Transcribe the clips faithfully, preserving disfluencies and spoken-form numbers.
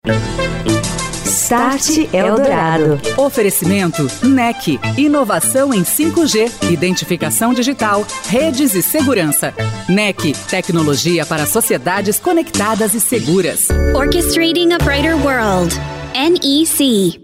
Start Eldorado. Oferecimento N E C, inovação em cinco G, identificação digital, redes e segurança. N E C, tecnologia para sociedades conectadas e seguras. Orchestrating a Brighter World. N E C.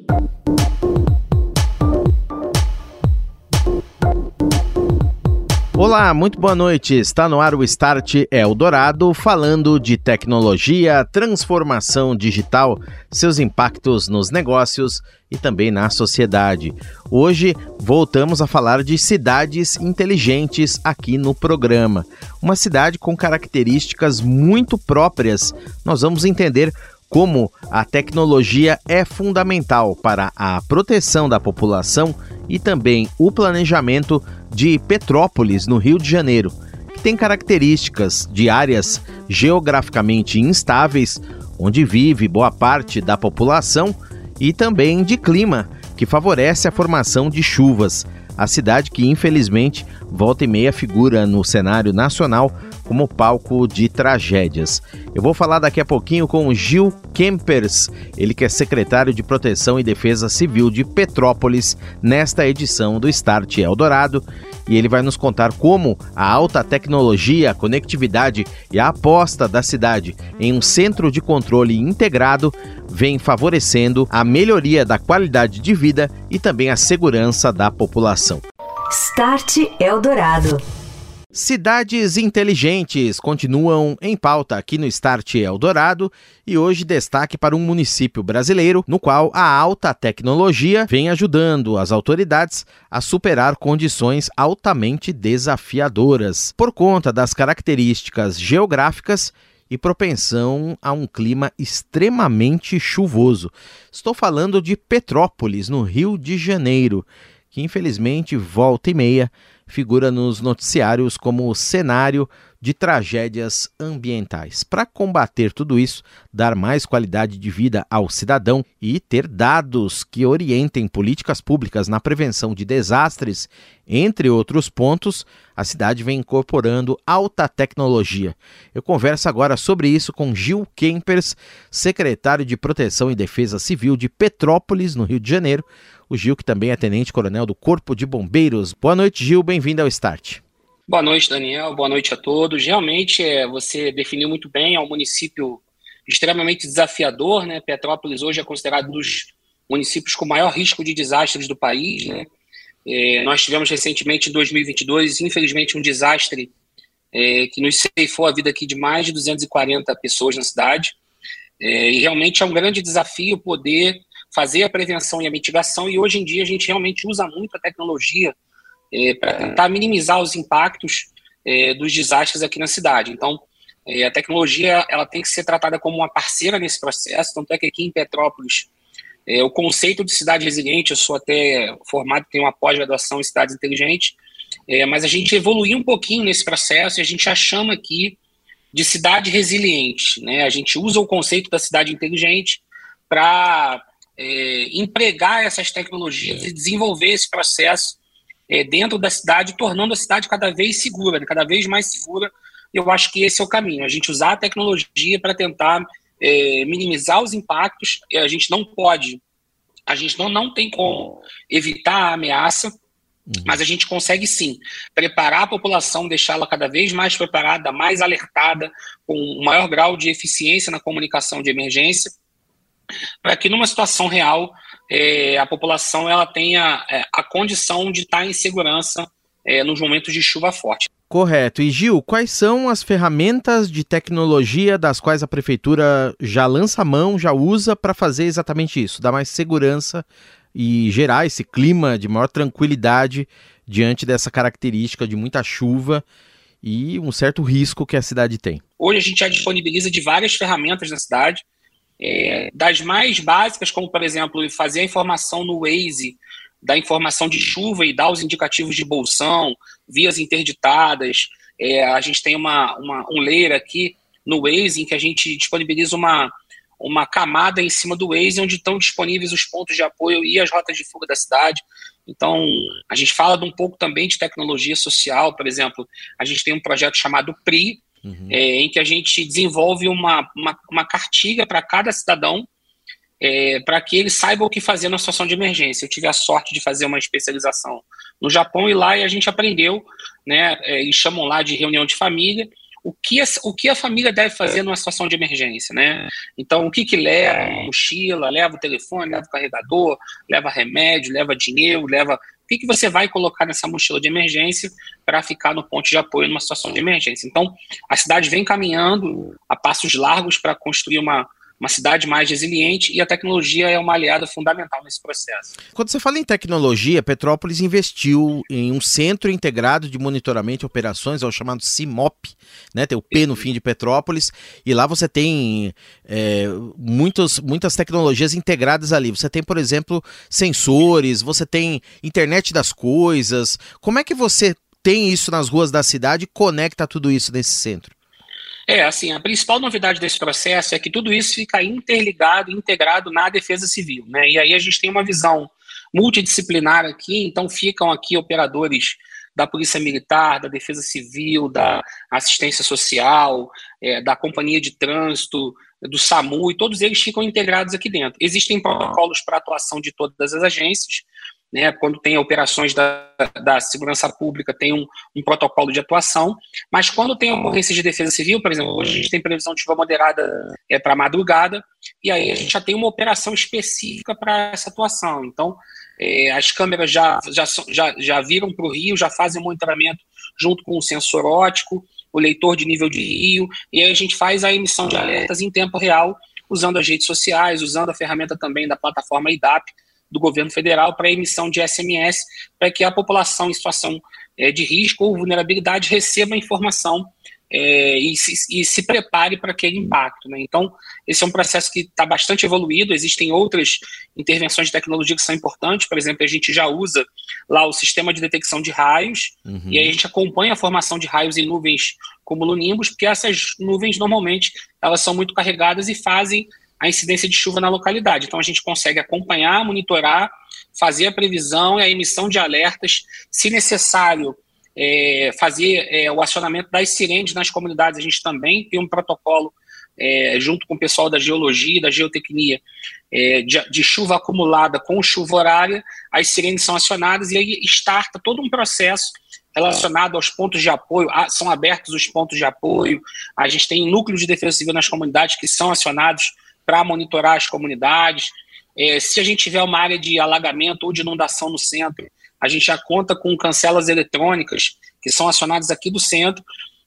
Olá, muito boa noite. Está no ar o Start Eldorado, falando de tecnologia, transformação digital, seus impactos nos negócios e também na sociedade. Hoje voltamos a falar de cidades inteligentes aqui no programa. Uma cidade com características muito próprias. Nós vamos entender como a tecnologia é fundamental para a proteção da população e também o planejamento de Petrópolis, no Rio de Janeiro, que tem características de áreas geograficamente instáveis, onde vive boa parte da população, e também de clima, que favorece a formação de chuvas. A cidade que, infelizmente, volta e meia figura no cenário nacional como palco de tragédias. Eu vou falar daqui a pouquinho com o Gil Kempers, ele que é secretário de Proteção e Defesa Civil de Petrópolis, nesta edição do Start Eldorado, e ele vai nos contar como a alta tecnologia, a conectividade e a aposta da cidade em um centro de controle integrado vem favorecendo a melhoria da qualidade de vida e também a segurança da população. Start Eldorado. Cidades inteligentes continuam em pauta aqui no Start Eldorado e hoje destaque para um município brasileiro no qual a alta tecnologia vem ajudando as autoridades a superar condições altamente desafiadoras por conta das características geográficas e propensão a um clima extremamente chuvoso. Estou falando de Petrópolis, no Rio de Janeiro, que infelizmente volta e meia figura nos noticiários como cenário de tragédias ambientais. Para combater tudo isso, dar mais qualidade de vida ao cidadão e ter dados que orientem políticas públicas na prevenção de desastres, entre outros pontos, a cidade vem incorporando alta tecnologia. Eu converso agora sobre isso com Gil Kempers, secretário de Proteção e Defesa Civil de Petrópolis, no Rio de Janeiro. O Gil, que também é tenente-coronel do Corpo de Bombeiros. Boa noite, Gil. Bem-vindo ao Start. Boa noite, Daniel. Boa noite a todos. Realmente, é, você definiu muito bem, é um município extremamente desafiador, né? Petrópolis hoje é considerado um dos municípios com maior risco de desastres do país, né? É, nós tivemos recentemente, em dois mil e vinte e dois, infelizmente, um desastre é, que nos ceifou a vida aqui de mais de duzentas e quarenta pessoas na cidade. É, e realmente é um grande desafio poder fazer a prevenção e a mitigação, e hoje em dia a gente realmente usa muito a tecnologia é, para tentar minimizar os impactos é, dos desastres aqui na cidade. Então, é, a tecnologia ela tem que ser tratada como uma parceira nesse processo, tanto é que aqui em Petrópolis, é, o conceito de cidade resiliente, eu sou até formado, tenho uma pós-graduação em cidades inteligentes, é, mas a gente evoluiu um pouquinho nesse processo e a gente já chama aqui de cidade resiliente, né? A gente usa o conceito da cidade inteligente para É, empregar essas tecnologias e desenvolver esse processo é, dentro da cidade, tornando a cidade cada vez segura, né, cada vez mais segura. Eu acho que esse é o caminho, a gente usar a tecnologia para tentar é, minimizar os impactos. A gente não pode, a gente não, não tem como evitar a ameaça, uhum. mas a gente consegue sim preparar a população, deixá-la cada vez mais preparada, mais alertada, com um maior grau de eficiência na comunicação de emergência, para que numa situação real é, a população ela tenha é, a condição de estar em segurança é, nos momentos de chuva forte. Correto. E Gil, quais são as ferramentas de tecnologia das quais a prefeitura já lança a mão, já usa para fazer exatamente isso, dar mais segurança e gerar esse clima de maior tranquilidade diante dessa característica de muita chuva e um certo risco que a cidade tem? Hoje a gente já disponibiliza de várias ferramentas na cidade, É, das mais básicas, como, por exemplo, fazer a informação no Waze da informação de chuva e dar os indicativos de bolsão, vias interditadas. É, a gente tem uma, uma, um layer aqui no Waze em que a gente disponibiliza uma, uma camada em cima do Waze onde estão disponíveis os pontos de apoio e as rotas de fuga da cidade. Então, a gente fala de um pouco também de tecnologia social. Por exemplo, a gente tem um projeto chamado P R I, uhum. é, em que a gente desenvolve uma, uma, uma cartilha para cada cidadão, é, para que ele saiba o que fazer na situação de emergência. Eu tive a sorte de fazer uma especialização no Japão e lá a gente aprendeu, né, é, eles chamam lá de reunião de família, o que, a, o que a família deve fazer numa situação de emergência, né? Então, o que que leva? Mochila, leva o telefone, leva o carregador, leva remédio, leva dinheiro, leva... O que que você vai colocar nessa mochila de emergência para ficar no ponto de apoio numa situação de emergência? Então, a cidade vem caminhando a passos largos para construir uma, uma cidade mais resiliente e a tecnologia é uma aliada fundamental nesse processo. Quando você fala em tecnologia, Petrópolis investiu em um centro integrado de monitoramento e operações, é o chamado CIMOP, né? Tem o P no fim de Petrópolis, e lá você tem é, muitos, muitas tecnologias integradas ali. Você tem, por exemplo, sensores, você tem internet das coisas. Como é que você tem isso nas ruas da cidade e conecta tudo isso nesse centro? É, assim, a principal novidade desse processo é que tudo isso fica interligado, integrado na Defesa Civil, né? E aí a gente tem uma visão multidisciplinar aqui, então ficam aqui operadores da Polícia Militar, da Defesa Civil, da Assistência Social, é, da Companhia de Trânsito, do SAMU, e todos eles ficam integrados aqui dentro. Existem protocolos para a atuação de todas as agências, né? Quando tem operações da, da segurança pública, tem um, um protocolo de atuação, mas quando tem ocorrências de defesa civil, por exemplo, hoje a gente tem previsão de chuva moderada é, para madrugada, e aí a gente já tem uma operação específica para essa atuação. Então, é, as câmeras já, já, já, já viram para o rio, já fazem o monitoramento junto com o sensor óptico, o leitor de nível de rio, e aí a gente faz a emissão de alertas em tempo real, usando as redes sociais, usando a ferramenta também da plataforma I D A P, do governo federal, para emissão de S M S, para que a população em situação é, de risco ou vulnerabilidade receba a informação é, e, se, e se prepare para aquele impacto, né? Então, esse é um processo que está bastante evoluído. Existem outras intervenções de tecnologia que são importantes. Por exemplo, a gente já usa lá o sistema de detecção de raios, uhum. E aí a gente acompanha a formação de raios em nuvens cumulonimbus, porque essas nuvens, normalmente, elas são muito carregadas e fazem a incidência de chuva na localidade. Então, a gente consegue acompanhar, monitorar, fazer a previsão e a emissão de alertas. Se necessário, é, fazer é, o acionamento das sirenes nas comunidades. A gente também tem um protocolo, é, junto com o pessoal da geologia e da geotecnia, é, de, de chuva acumulada com chuva horária. As sirenes são acionadas e aí starta todo um processo relacionado aos pontos de apoio. São abertos os pontos de apoio. A gente tem núcleos de defesa civil nas comunidades que são acionados para monitorar as comunidades. É, se a gente tiver uma área de alagamento ou de inundação no centro, a gente já conta com cancelas eletrônicas que são acionadas aqui do centro,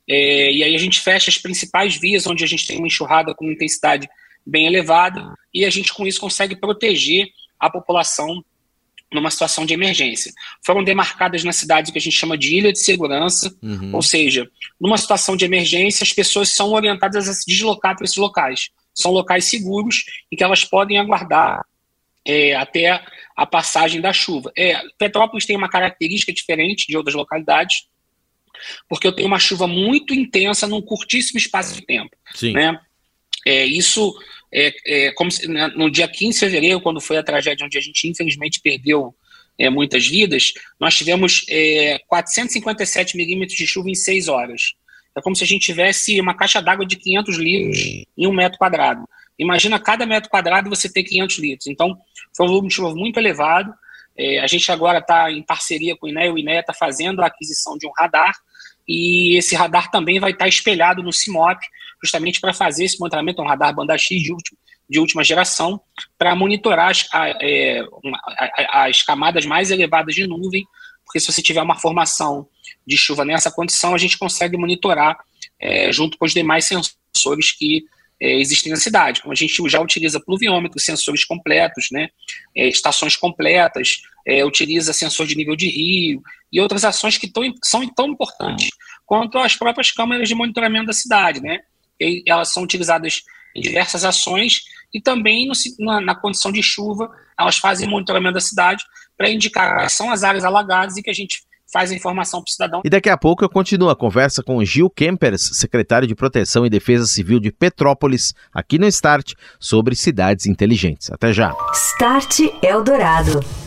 é, e aí a gente fecha as principais vias onde a gente tem uma enxurrada com intensidade bem elevada, e a gente com isso consegue proteger a população numa situação de emergência. Foram demarcadas na cidade o que a gente chama de ilha de segurança, uhum. Ou seja, numa situação de emergência as pessoas são orientadas a se deslocar para esses locais. São locais seguros em que elas podem aguardar é, até a passagem da chuva. É, Petrópolis tem uma característica diferente de outras localidades, porque eu tenho uma chuva muito intensa num curtíssimo espaço de tempo. Sim. Né? É, isso, é, é, como se, né, no dia quinze de fevereiro, quando foi a tragédia onde a gente infelizmente perdeu é, muitas vidas, nós tivemos é, quatrocentos e cinquenta e sete milímetros de chuva em seis horas. É como se a gente tivesse uma caixa d'água de quinhentos litros em um metro quadrado. Imagina cada metro quadrado você ter quinhentos litros. Então, foi um volume de chuva muito elevado. É, a gente agora está em parceria com o I N E A. O I N E A está fazendo a aquisição de um radar. E esse radar também vai estar espelhado no CIMOP, justamente para fazer esse monitoramento. É um radar banda X de, última, de última geração, para monitorar as, a, é, uma, a, as camadas mais elevadas de nuvem, porque se você tiver uma formação de chuva nessa condição, a gente consegue monitorar é, junto com os demais sensores que é, existem na cidade. Como a gente já utiliza pluviômetros, sensores completos, né, é, estações completas, é, utiliza sensor de nível de rio e outras ações que tão, são tão importantes quanto as próprias câmeras de monitoramento da cidade, né? E elas são utilizadas em diversas ações e também no, na, na condição de chuva, elas fazem monitoramento da cidade para indicar quais são as áreas alagadas e que a gente faz a informação para o cidadão. E daqui a pouco eu continuo a conversa com Gil Kempers, secretário de Proteção e Defesa Civil de Petrópolis, aqui no Start, sobre cidades inteligentes. Até já. Start Eldorado.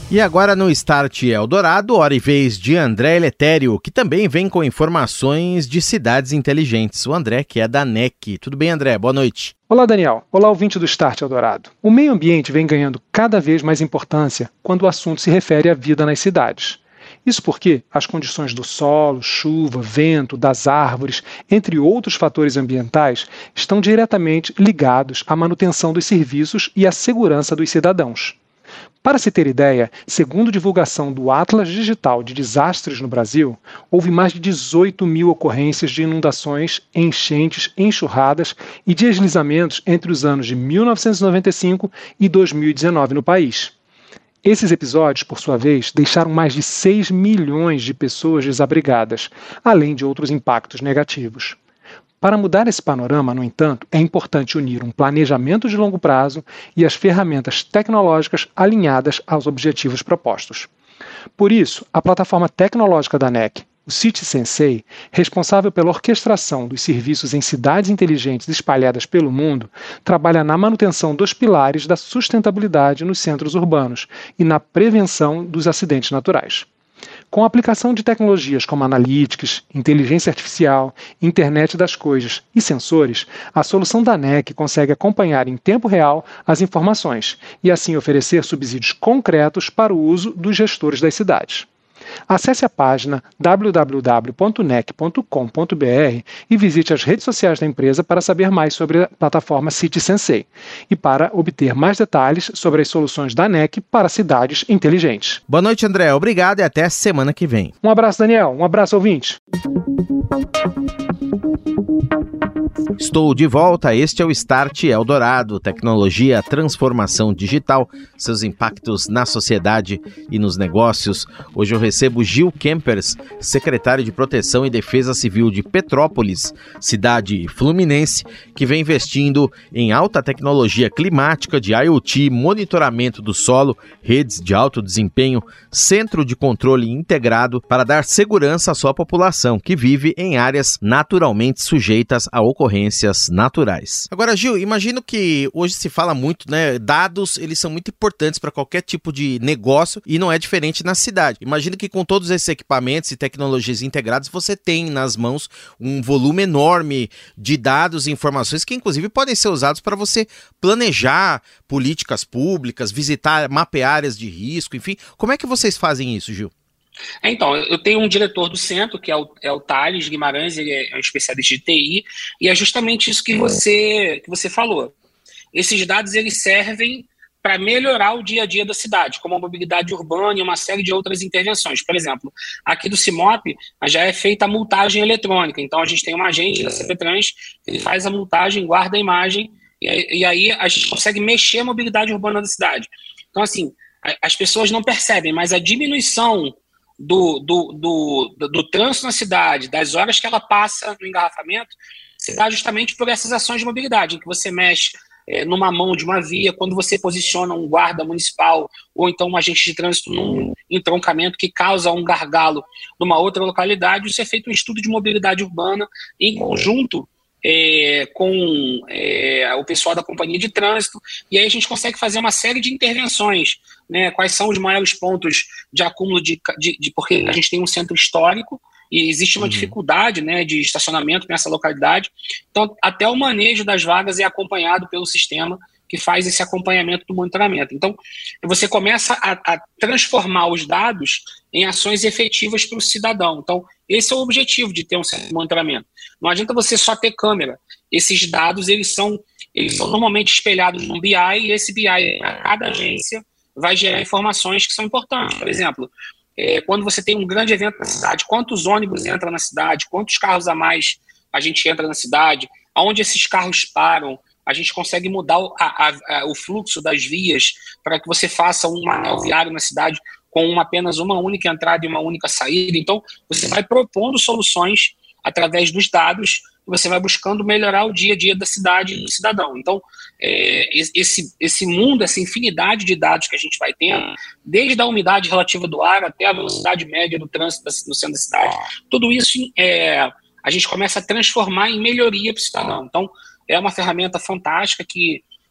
E agora no Start Eldorado, hora e vez de André Eletério, que também vem com informações de cidades inteligentes. O André, que é da N E C. Tudo bem, André? Boa noite. Olá, Daniel. Olá, ouvinte do Start Eldorado. O meio ambiente vem ganhando cada vez mais importância quando o assunto se refere à vida nas cidades. Isso porque as condições do solo, chuva, vento, das árvores, entre outros fatores ambientais, estão diretamente ligados à manutenção dos serviços e à segurança dos cidadãos. Para se ter ideia, segundo divulgação do Atlas Digital de Desastres no Brasil, houve mais de dezoito mil ocorrências de inundações, enchentes, enxurradas e deslizamentos entre os anos de mil novecentos e noventa e cinco e dois mil e dezenove no país. Esses episódios, por sua vez, deixaram mais de seis milhões de pessoas desabrigadas, além de outros impactos negativos. Para mudar esse panorama, no entanto, é importante unir um planejamento de longo prazo e as ferramentas tecnológicas alinhadas aos objetivos propostos. Por isso, a plataforma tecnológica da N E C, o City Sensei, responsável pela orquestração dos serviços em cidades inteligentes espalhadas pelo mundo, trabalha na manutenção dos pilares da sustentabilidade nos centros urbanos e na prevenção dos acidentes naturais. Com a aplicação de tecnologias como Analytics, inteligência artificial, internet das coisas e sensores, a solução da N E C consegue acompanhar em tempo real as informações e assim oferecer subsídios concretos para o uso dos gestores das cidades. Acesse a página w w w ponto n e c ponto com ponto b r e visite as redes sociais da empresa para saber mais sobre a plataforma City Sensei e para obter mais detalhes sobre as soluções da N E C para cidades inteligentes. Boa noite, André. Obrigado e até semana que vem. Um abraço, Daniel. Um abraço, ouvinte. Estou de volta, este é o Start Eldorado, tecnologia, transformação digital, seus impactos na sociedade e nos negócios. Hoje eu recebo Gil Kempers, secretário de Proteção e Defesa Civil de Petrópolis, cidade fluminense, que vem investindo em alta tecnologia climática de IoT, monitoramento do solo, redes de alto desempenho, centro de controle integrado para dar segurança à sua população, que vive em áreas naturalmente sujeitas a ocorrências naturais. Agora, Gil, imagino que hoje se fala muito, né? Dados, eles são muito importantes para qualquer tipo de negócio e não é diferente na cidade. Imagino que com todos esses equipamentos e tecnologias integradas, você tem nas mãos um volume enorme de dados e informações que, inclusive, podem ser usados para você planejar políticas públicas, visitar, mapear áreas de risco, enfim. Como é que vocês fazem isso, Gil? Então, eu tenho um diretor do centro, que é o, é o Thales Guimarães, ele é um especialista de T I, e é justamente isso que você, que você falou. Esses dados eles servem para melhorar o dia a dia da cidade, como a mobilidade urbana e uma série de outras intervenções. Por exemplo, aqui do CIMOP já é feita a multagem eletrônica, então a gente tem um agente da CPTrans, ele faz a multagem, guarda a imagem, e, e aí a gente consegue mexer a mobilidade urbana da cidade. Então, assim, a, as pessoas não percebem, mas a diminuição Do, do, do, do, do trânsito na cidade, das horas que ela passa no engarrafamento, se dá justamente por essas ações de mobilidade, em que você mexe é, numa mão de uma via, quando você posiciona um guarda municipal ou então um agente de trânsito num entroncamento que causa um gargalo numa outra localidade, isso é feito um estudo de mobilidade urbana em conjunto É, com é, o pessoal da companhia de trânsito, e aí a gente consegue fazer uma série de intervenções, né? Quais são os maiores pontos de acúmulo de, de, de porque a gente tem um centro histórico e existe uma uhum. dificuldade, né, de estacionamento nessa localidade, então até o manejo das vagas é acompanhado pelo sistema que faz esse acompanhamento do monitoramento. Então, você começa a, a transformar os dados em ações efetivas para o cidadão. Então, esse é o objetivo de ter um certo monitoramento. Não adianta você só ter câmera. Esses dados, eles são, eles são normalmente espelhados num B I, e esse B I, a cada agência, vai gerar informações que são importantes. Por exemplo, é, quando você tem um grande evento na cidade, quantos ônibus entram na cidade, quantos carros a mais a gente entra na cidade, aonde esses carros param, a gente consegue mudar o, a, a, o fluxo das vias para que você faça um anel viário na cidade com uma, apenas uma única entrada e uma única saída. Então, você vai propondo soluções através dos dados, você vai buscando melhorar o dia a dia da cidade e do cidadão. Então, é, esse, esse mundo, essa infinidade de dados que a gente vai tendo, desde a umidade relativa do ar até a velocidade média do trânsito no centro da cidade, tudo isso é, a gente começa a transformar em melhoria para o cidadão. Então, é uma ferramenta fantástica que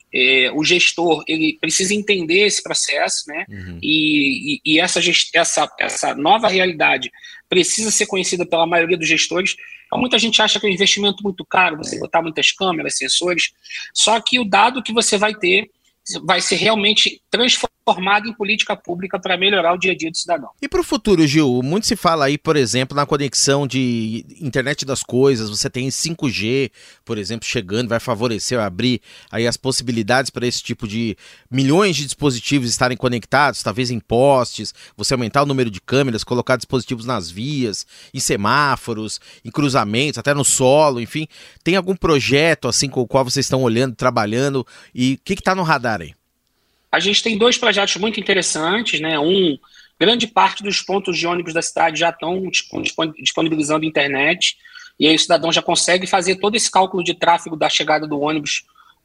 É, o gestor ele precisa entender esse processo, né? Uhum. E, e, e essa, gest, essa, essa nova realidade precisa ser conhecida pela maioria dos gestores. Então, muita gente acha que é um investimento muito caro, você botar muitas câmeras, sensores, só que o dado que você vai ter vai ser realmente transformado em política pública para melhorar o dia a dia do cidadão. E para o futuro, Gil, muito se fala aí, por exemplo, na conexão de internet das coisas, você tem cinco G, por exemplo, chegando, vai favorecer, vai abrir aí as possibilidades para esse tipo de milhões de dispositivos estarem conectados, talvez em postes, você aumentar o número de câmeras, colocar dispositivos nas vias, em semáforos, em cruzamentos, até no solo, enfim. Tem algum projeto assim com o qual vocês estão olhando, trabalhando, e o que está no radar aí? A gente tem dois projetos muito interessantes, né? Um, grande parte dos pontos de ônibus da cidade já estão disponibilizando internet, e aí o cidadão já consegue fazer todo esse cálculo de tráfego da chegada do ônibus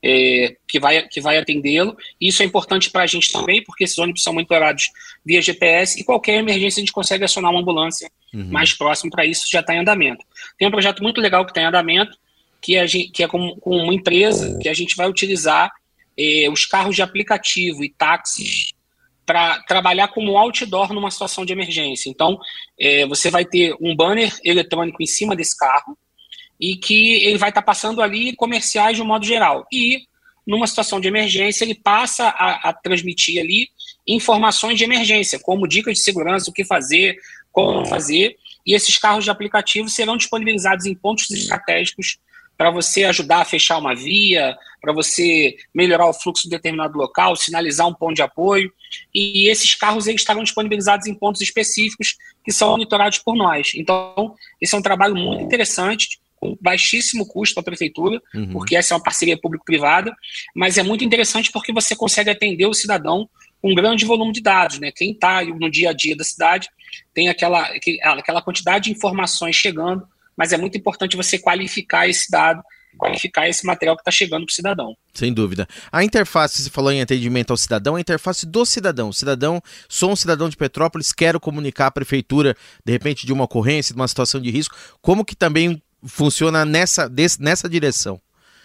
é, que vai, que vai atendê-lo. Isso é importante para a gente também, porque esses ônibus são monitorados via G P S, e qualquer emergência a gente consegue acionar uma ambulância uhum. mais próximo para isso, já está em andamento. Tem um projeto muito legal que está em andamento, que, a gente, que é com, com uma empresa que a gente vai utilizar Eh, os carros de aplicativo e táxis para trabalhar como outdoor numa situação de emergência. Então, eh, você vai ter um banner eletrônico em cima desse carro e que ele vai estar tá passando ali comerciais de um modo geral. E, numa situação de emergência, ele passa a, a transmitir ali informações de emergência, como dicas de segurança, o que fazer, como fazer. E esses carros de aplicativo serão disponibilizados em pontos estratégicos para você ajudar a fechar uma via, para você melhorar o fluxo de determinado local, sinalizar um ponto de apoio, e esses carros eles estarão disponibilizados em pontos específicos que são monitorados por nós. Então, esse é um trabalho muito interessante, com baixíssimo custo para a prefeitura, uhum. porque essa é uma parceria público-privada, mas é muito interessante porque você consegue atender o cidadão com um grande volume de dados, né? Quem está no dia a dia da cidade tem aquela, aquela quantidade de informações chegando, mas é muito importante você qualificar esse dado, qualificar esse material que está chegando para o cidadão. Sem dúvida. A interface, você falou em atendimento ao cidadão, a interface do cidadão. Cidadão, sou um cidadão de Petrópolis, quero comunicar à prefeitura, de repente, de uma ocorrência, de uma situação de risco. Como que também funciona nessa, desse, nessa direção?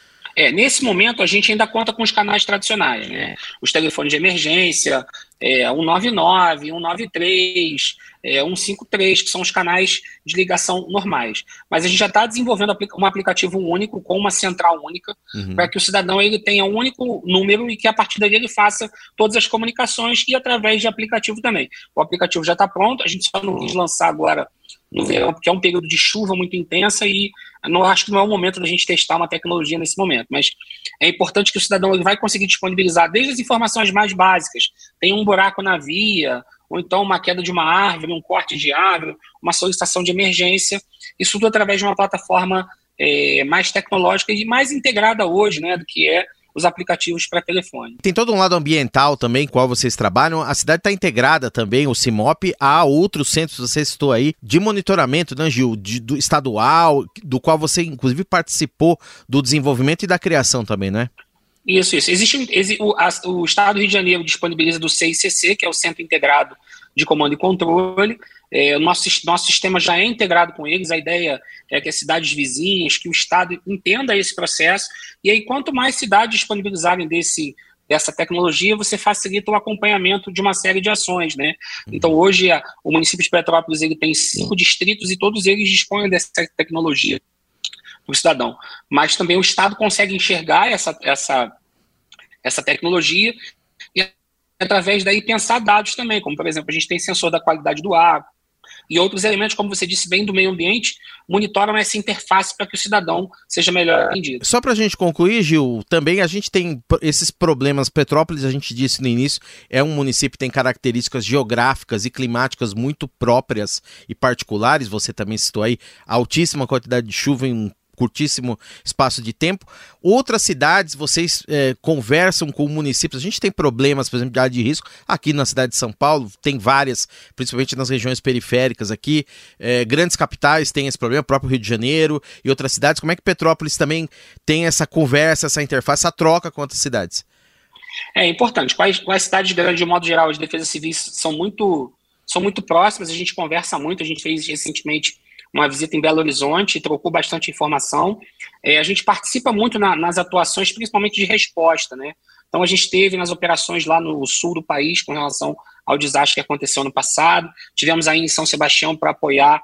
É, nesse momento, a gente ainda conta com os canais tradicionais, né? Os telefones de emergência, é, cento e noventa e nove, cento e noventa e três, é, cento e cinquenta e três, que são os canais de ligação normais. Mas a gente já está desenvolvendo um aplicativo único, com uma central única, uhum. para que o cidadão ele tenha um único número e que a partir dele ele faça todas as comunicações e através de aplicativo também. O aplicativo já está pronto, a gente só não quis lançar agora no verão, porque é um período de chuva muito intensa e não acho que não é o momento da gente testar uma tecnologia nesse momento, mas é importante que o cidadão ele vai conseguir disponibilizar desde as informações mais básicas, tem um buraco na via, ou então uma queda de uma árvore, um corte de árvore, uma solicitação de emergência, isso tudo através de uma plataforma é, mais tecnológica e mais integrada hoje, né, do que é os aplicativos para telefone. Tem todo um lado ambiental também, com o qual vocês trabalham. A cidade está integrada também, o CIMOP, a outros centros, você citou aí, de monitoramento, né, Gil, de, do estadual, do qual você, inclusive, participou do desenvolvimento e da criação também, né? Isso, isso. Existe, existe o, a, o Estado do Rio de Janeiro disponibiliza do C I C C, que é o Centro Integrado de Comando e Controle. É, o nosso, nosso sistema já é integrado com eles. A ideia é que as cidades vizinhas, que o Estado entenda esse processo. E aí, quanto mais cidades disponibilizarem desse, dessa tecnologia, você facilita o acompanhamento de uma série de ações, né? Então, hoje, a, o município de Petrópolis ele tem cinco distritos e todos eles dispõem dessa tecnologia para o cidadão. Mas também o Estado consegue enxergar essa, essa, essa tecnologia e, através daí, pensar dados também, como, por exemplo, a gente tem sensor da qualidade do ar e outros elementos, como você disse bem, do meio ambiente, monitoram essa interface para que o cidadão seja melhor atendido. Só para a gente concluir, Gil, também a gente tem esses problemas. Petrópolis, a gente disse no início, é um município que tem características geográficas e climáticas muito próprias e particulares. Você também citou aí altíssima quantidade de chuva em um curtíssimo espaço de tempo. Outras cidades, vocês é, conversam com municípios, a gente tem problemas, por exemplo, de área de risco, aqui na cidade de São Paulo, tem várias, principalmente nas regiões periféricas aqui, é, grandes capitais têm esse problema, o próprio Rio de Janeiro e outras cidades. Como é que Petrópolis também tem essa conversa, essa interface, essa troca com outras cidades? É importante, com as, com as cidades grandes, de modo geral, as defesas civis são muito, são muito próximas, a gente conversa muito, a gente fez recentemente uma visita em Belo Horizonte, trocou bastante informação. É, a gente participa muito na, nas atuações, principalmente de resposta, né? Então, a gente teve nas operações lá no sul do país com relação ao desastre que aconteceu no passado. Tivemos aí em São Sebastião para apoiar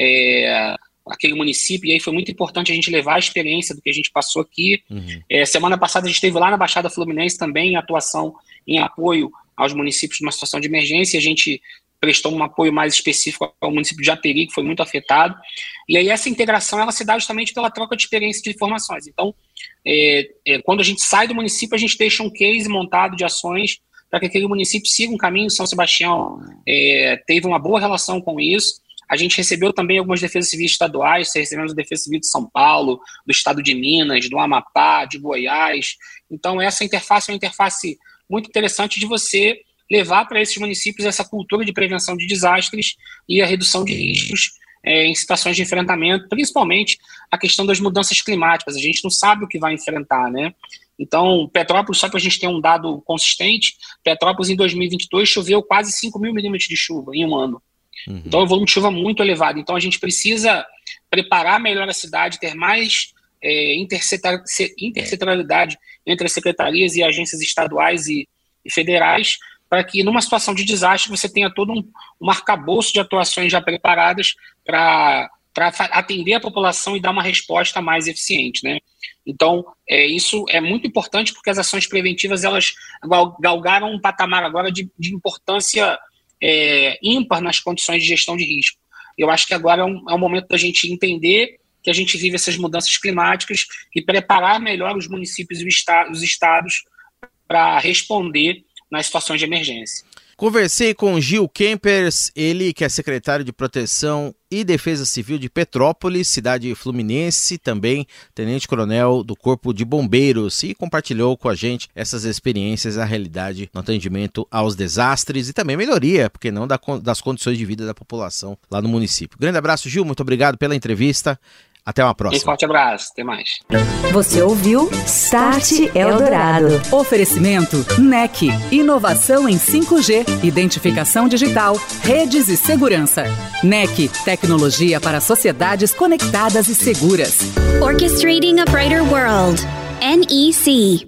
é, aquele município, e aí foi muito importante a gente levar a experiência do que a gente passou aqui. Uhum. É, semana passada a gente esteve lá na Baixada Fluminense também, em atuação em apoio aos municípios numa situação de emergência. A gente prestou um apoio mais específico ao município de Japeri, que foi muito afetado. E aí essa integração ela se dá justamente pela troca de experiência de informações. Então, é, é, quando a gente sai do município, a gente deixa um case montado de ações para que aquele município siga um caminho. São Sebastião é, teve uma boa relação com isso. A gente recebeu também algumas defesas civis estaduais, recebemos a Defesa Civil de São Paulo, do estado de Minas, do Amapá, de Goiás. Então, essa interface é uma interface muito interessante de você levar para esses municípios essa cultura de prevenção de desastres e a redução de riscos é, em situações de enfrentamento, principalmente a questão das mudanças climáticas. A gente não sabe o que vai enfrentar, né? Então, Petrópolis, só para a gente ter um dado consistente, Petrópolis em dois mil e vinte e dois choveu quase cinco mil milímetros de chuva em um ano. Uhum. Então, é um volume de chuva muito elevado. Então, a gente precisa preparar melhor a cidade, ter mais é, intersetorialidade entre as secretarias e agências estaduais e, e federais, para que numa situação de desastre você tenha todo um, um arcabouço de atuações já preparadas para atender a população e dar uma resposta mais eficiente, né? Então, é, isso é muito importante porque as ações preventivas elas galgaram um patamar agora de, de importância é, ímpar nas condições de gestão de risco. Eu acho que agora é um, é um momento da gente entender que a gente vive essas mudanças climáticas e preparar melhor os municípios e os estados para responder nas situações de emergência. Conversei com Gil Kempers, ele que é secretário de Proteção e Defesa Civil de Petrópolis, cidade fluminense, também tenente-coronel do Corpo de Bombeiros, e compartilhou com a gente essas experiências, a realidade no atendimento aos desastres e também melhoria, porque não das condições de vida da população lá no município. Grande abraço, Gil, muito obrigado pela entrevista. Até uma próxima. Um forte abraço, até mais. Você ouviu Start Eldorado. Oferecimento N E C, inovação em cinco G, identificação digital, redes e segurança. N E C, tecnologia para sociedades conectadas e seguras. Orchestrating a Brighter World. N E C.